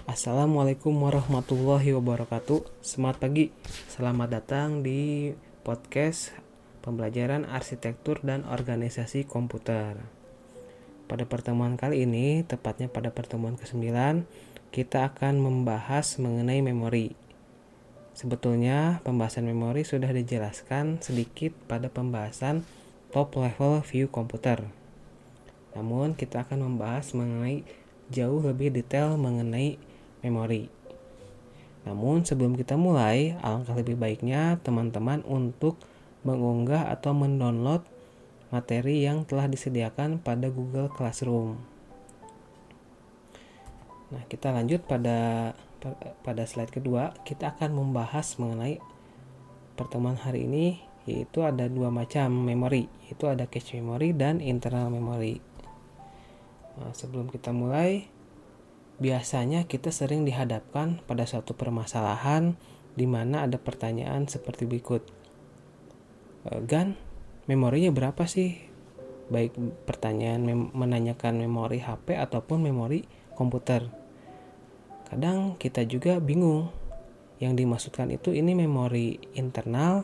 Assalamualaikum warahmatullahi wabarakatuh. Selamat pagi. Selamat datang di podcast pembelajaran arsitektur dan organisasi komputer. Pada pertemuan kali ini, tepatnya pada pertemuan ke-9, kita akan membahas mengenai memori. Sebetulnya pembahasan memori sudah dijelaskan sedikit pada pembahasan top level view komputer. Namun kita akan membahas mengenai jauh lebih detail mengenai memori. Namun sebelum kita mulai, alangkah lebih baiknya teman-teman untuk mengunggah atau mendownload materi yang telah disediakan pada Google Classroom. Nah, kita lanjut pada slide kedua. Kita akan membahas mengenai pertemuan hari ini, yaitu ada dua macam memori, yaitu ada cache memory dan internal memory. Nah, sebelum kita mulai, biasanya kita sering dihadapkan pada suatu permasalahan di mana ada pertanyaan seperti berikut. Gan, memorinya berapa sih? Baik pertanyaan menanyakan memori HP ataupun memori komputer. Kadang kita juga bingung. Yang dimaksudkan itu ini memori internal,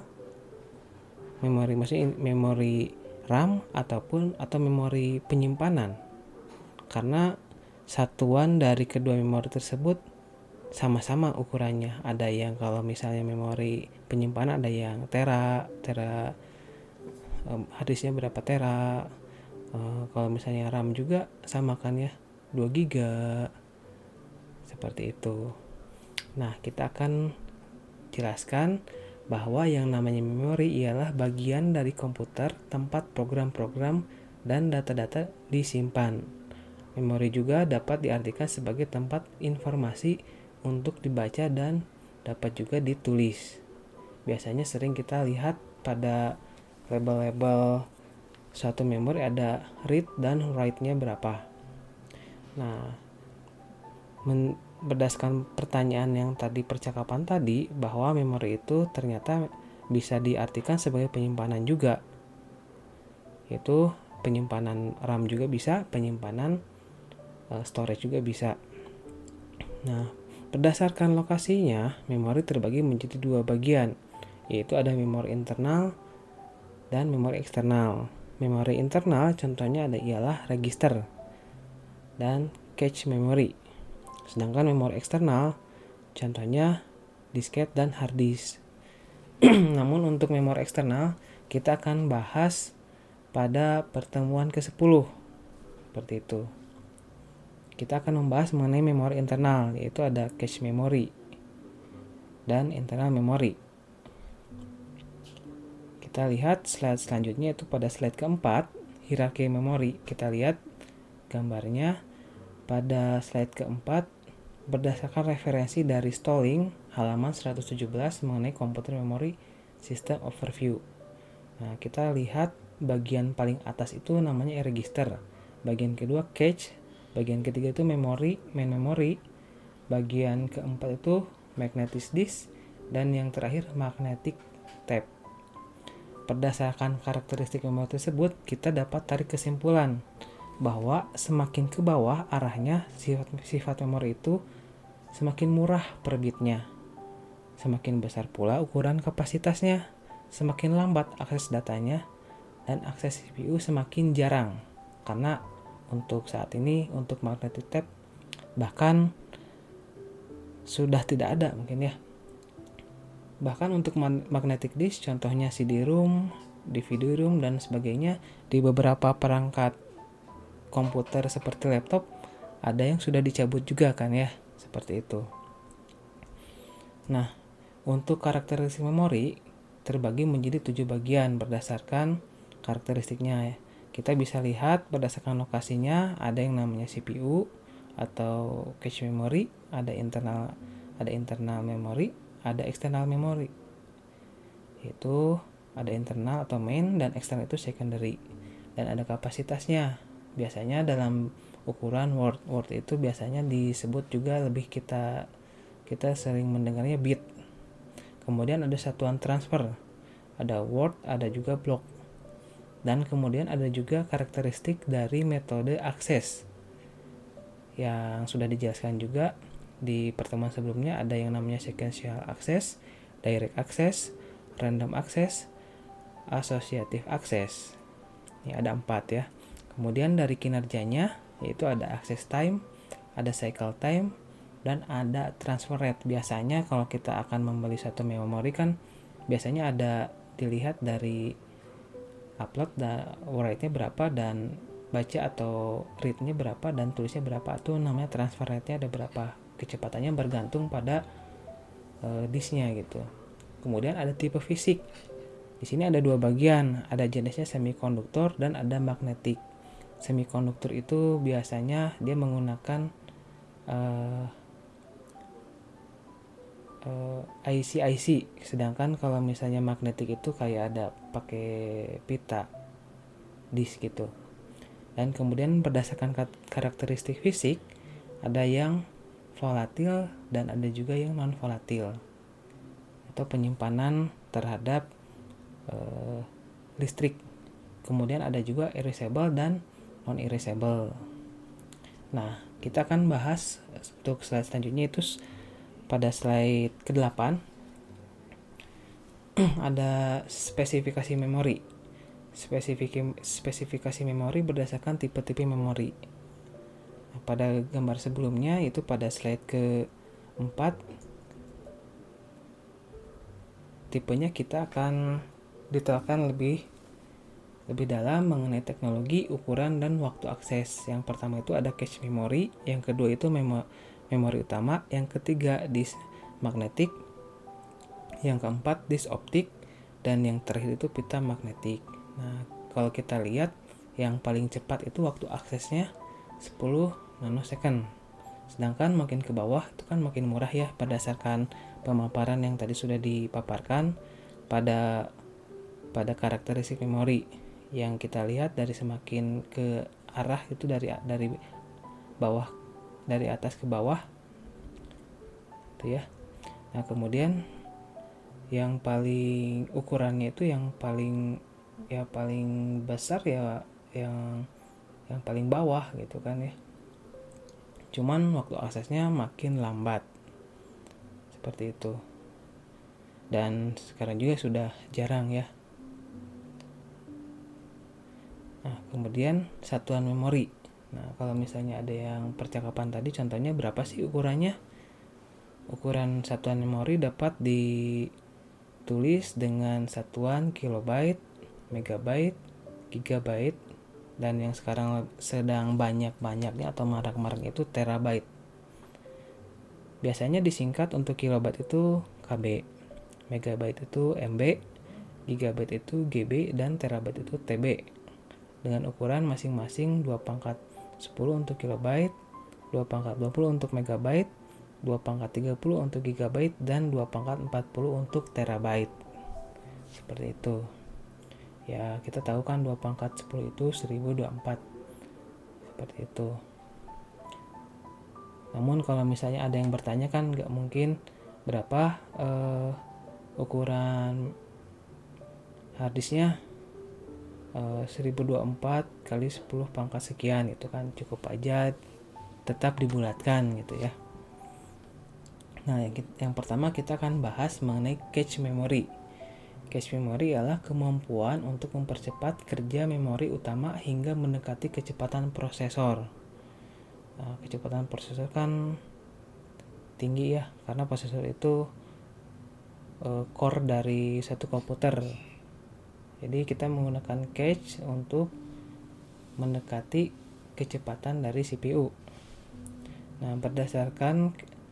memori RAM atau memori penyimpanan. Karena satuan dari kedua memori tersebut sama-sama ukurannya. Ada yang kalau misalnya memori penyimpanan ada yang tera harddisknya berapa tera. Kalau misalnya RAM juga sama kan ya, 2 giga. Seperti itu. Nah, kita akan jelaskan bahwa yang namanya memori ialah bagian dari komputer tempat program-program dan data-data disimpan. Memori juga dapat diartikan sebagai tempat informasi untuk dibaca dan dapat juga ditulis. Biasanya sering kita lihat pada label-label suatu memori ada read dan write-nya berapa. Nah, berdasarkan pertanyaan yang tadi, percakapan tadi, bahwa memori itu ternyata bisa diartikan sebagai penyimpanan juga. Yaitu penyimpanan RAM juga bisa, penyimpanan storage juga bisa. Nah, berdasarkan lokasinya, memori terbagi menjadi dua bagian, yaitu ada memori internal dan memori eksternal. Memori internal contohnya ialah register dan cache memory. Sedangkan memori eksternal contohnya disket dan hard disk. Namun untuk memori eksternal kita akan bahas pada pertemuan ke-10. Seperti itu. Kita akan membahas mengenai memori internal, yaitu ada cache memory dan internal memory. Kita lihat slide selanjutnya, itu pada slide keempat, hierarki memori. Kita lihat gambarnya pada slide keempat berdasarkan referensi dari Stalling halaman 117 mengenai komputer memory system overview. Nah, kita lihat bagian paling atas itu namanya register, bagian kedua cache, bagian ketiga itu memori, main memory, bagian keempat itu magnetic disk, dan yang terakhir magnetic tape. Berdasarkan karakteristik memori tersebut, kita dapat tarik kesimpulan bahwa semakin ke bawah arahnya sifat memori itu semakin murah per bitnya. Semakin besar pula ukuran kapasitasnya, semakin lambat akses datanya, dan akses CPU semakin jarang. Karena untuk saat ini, untuk magnetic tape bahkan sudah tidak ada mungkin ya. Bahkan untuk magnetic disk, contohnya CD-ROM, DVD-ROM, dan sebagainya, di beberapa perangkat komputer seperti laptop, ada yang sudah dicabut juga kan ya, seperti itu. Nah, untuk karakteristik memori terbagi menjadi 7 bagian berdasarkan karakteristiknya ya. Kita bisa lihat berdasarkan lokasinya, ada yang namanya CPU atau cache memory, ada internal memory, ada external memory. Itu ada internal atau main dan eksternal itu secondary. Dan ada kapasitasnya. Biasanya dalam ukuran word itu biasanya disebut juga lebih kita sering mendengarnya bit. Kemudian ada satuan transfer. Ada word, ada juga block. Dan kemudian ada juga karakteristik dari metode akses yang sudah dijelaskan juga di pertemuan sebelumnya ada yang namanya sequential access, direct access, random access, associative access. Ini ada 4 ya. Kemudian dari kinerjanya yaitu ada access time, ada cycle time, dan ada transfer rate. Biasanya kalau kita akan membeli satu memori kan biasanya ada dilihat dari upload dan write-nya berapa dan baca atau read-nya berapa dan tulisnya berapa. Itu namanya transfer rate-nya ada berapa. Kecepatannya bergantung pada disknya gitu. Kemudian ada tipe fisik. Di sini ada 2 bagian, ada jenisnya semikonduktor dan ada magnetik. Semikonduktor itu biasanya dia menggunakan IC, sedangkan kalau misalnya magnetik itu kayak ada pakai pita disk gitu. Dan kemudian berdasarkan karakteristik fisik ada yang volatil dan ada juga yang non volatil atau penyimpanan terhadap listrik. Kemudian ada juga erasable dan non erasable. Nah, kita akan bahas untuk slide selanjutnya itu pada slide ke-8 ada spesifikasi memori. Spesifikasi memori berdasarkan tipe-tipe memori. Nah, pada gambar sebelumnya itu pada slide ke-4 tipenya kita akan detailkan lebih dalam mengenai teknologi, ukuran, dan waktu akses. Yang pertama itu ada cache memory, yang kedua itu memori utama, yang ketiga disk magnetik, yang keempat disk optik, dan yang terakhir itu pita magnetik. Nah, kalau kita lihat yang paling cepat itu waktu aksesnya 10 nanosecond. Sedangkan makin ke bawah itu kan makin murah ya berdasarkan pemaparan yang tadi sudah dipaparkan pada karakteristik memori. Yang kita lihat dari semakin ke arah itu dari bawah, dari atas ke bawah itu ya. Nah, kemudian yang paling ukurannya itu yang paling besar ya yang paling bawah gitu kan ya. Cuman waktu aksesnya makin lambat seperti itu. Dan sekarang juga sudah jarang ya. Nah, kemudian satuan memori. Nah, kalau misalnya ada yang percakapan tadi, contohnya berapa sih ukurannya? Ukuran satuan memori dapat ditulis dengan satuan kilobyte, megabyte, gigabyte, dan yang sekarang sedang banyak-banyaknya atau marak-maraknya itu terabyte. Biasanya disingkat untuk kilobyte itu KB, megabyte itu MB, gigabyte itu GB, dan terabyte itu TB. Dengan ukuran masing-masing 2/10 untuk kilobyte, 2/20 untuk megabyte, 2/30 untuk gigabyte, dan 2/40 untuk terabyte. Seperti itu. Ya, kita tahu kan 2/10 itu 1024. Seperti itu. Namun kalau misalnya ada yang bertanya kan nggak mungkin berapa ukuran harddisknya 1024 kali 10 pangkat sekian itu kan cukup aja, tetap dibulatkan gitu ya. Nah, yang pertama kita akan bahas mengenai cache memory. Cache memory adalah kemampuan untuk mempercepat kerja memori utama hingga mendekati kecepatan prosesor. Nah, kecepatan prosesor kan tinggi ya, karena prosesor itu core dari satu komputer. Jadi kita menggunakan cache untuk mendekati kecepatan dari CPU. Nah, berdasarkan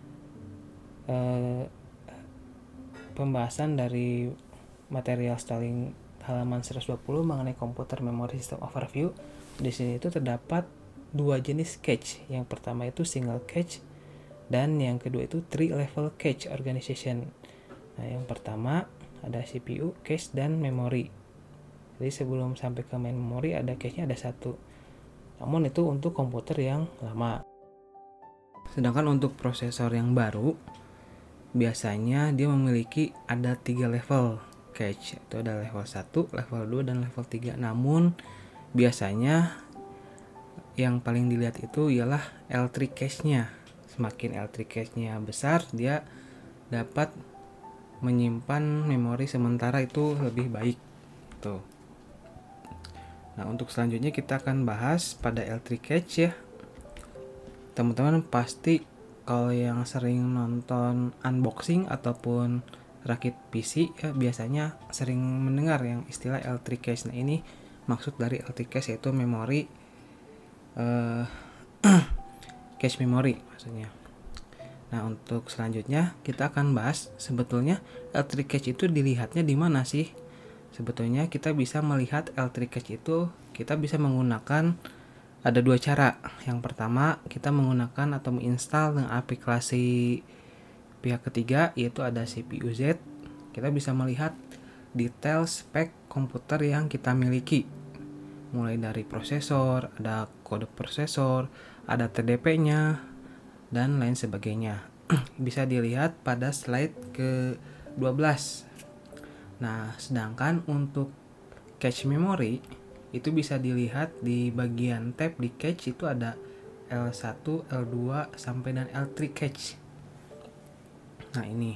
pembahasan dari material Stalling halaman 120 mengenai komputer memory system overview, di sini itu terdapat 2 jenis cache. Yang pertama itu single cache dan yang kedua itu three level cache organization. Nah, yang pertama ada CPU, cache, dan memori. Jadi sebelum sampai ke main memori ada cache-nya ada 1. Namun itu untuk komputer yang lama. Sedangkan untuk prosesor yang baru biasanya dia memiliki ada 3 level cache. Itu ada level 1, level 2, dan level 3. Namun biasanya yang paling dilihat itu ialah L3 cache-nya. Semakin L3 cache-nya besar, dia dapat menyimpan memori sementara itu lebih baik. Tuh. Nah, untuk selanjutnya kita akan bahas pada L3 cache ya. Teman-teman pasti kalau yang sering nonton unboxing ataupun rakit PC ya, biasanya sering mendengar yang istilah L3 cache. Nah, ini maksud dari L3 cache yaitu memori cache memory maksudnya. Nah, untuk selanjutnya kita akan bahas sebetulnya L3 cache itu dilihatnya di mana sih? Sebetulnya kita bisa melihat L3 cache itu kita bisa menggunakan ada dua cara. Yang pertama, kita menggunakan atau menginstal dengan aplikasi pihak ketiga yaitu ada CPU Z. Kita bisa melihat detail spek komputer yang kita miliki. Mulai dari prosesor, ada kode prosesor, ada TDP-nya, dan lain sebagainya. Bisa dilihat pada slide ke-12. Nah, sedangkan untuk cache memory itu bisa dilihat di bagian tab di cache itu ada L1, L2 sampai dan L3 cache. Nah, ini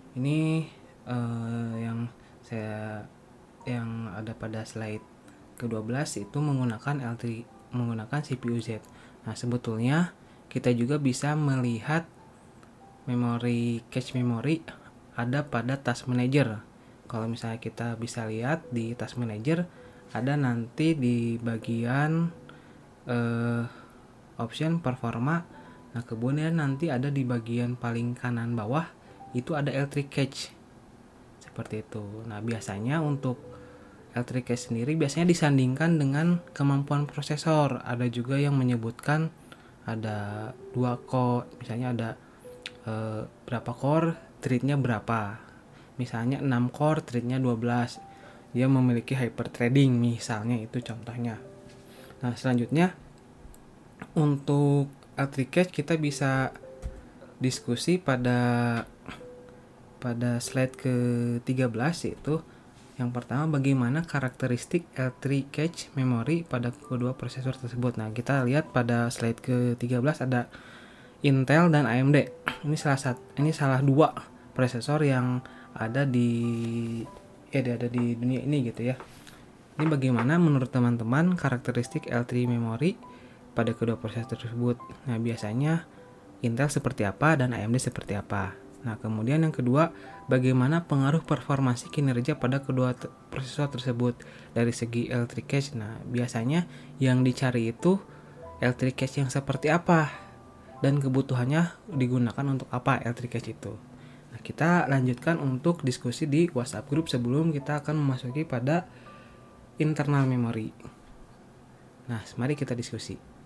yang ada pada slide ke-12 itu menggunakan CPU Z. Nah, sebetulnya kita juga bisa melihat memori cache memory ada pada task manager. Kalau misalnya kita bisa lihat di task manager ada nanti di bagian option performa. Nah, kemudian nanti ada di bagian paling kanan bawah itu ada L3 cache. Seperti itu. Nah, biasanya untuk L3 cache sendiri biasanya disandingkan dengan kemampuan prosesor. Ada juga yang menyebutkan ada 2 core, misalnya ada berapa core, thread-nya berapa. Misalnya 6 core, thread-nya 12. Dia memiliki hyperthreading misalnya, itu contohnya. Nah, selanjutnya untuk L3 cache kita bisa diskusi pada slide ke-13 yaitu yang pertama bagaimana karakteristik L3 cache memory pada kedua prosesor tersebut. Nah, kita lihat pada slide ke-13 ada Intel dan AMD. Ini salah dua prosesor yang ada di dunia ini gitu ya. Ini bagaimana menurut teman-teman karakteristik L3 memory pada kedua prosesor tersebut. Nah, biasanya Intel seperti apa dan AMD seperti apa. Nah, kemudian yang kedua, bagaimana pengaruh performasi kinerja pada kedua prosesor tersebut dari segi L3 cache. Nah, biasanya yang dicari itu L3 cache yang seperti apa dan kebutuhannya digunakan untuk apa L3 cache itu. Nah, kita lanjutkan untuk diskusi di WhatsApp group sebelum kita akan memasuki pada internal memory. Nah, mari kita diskusi.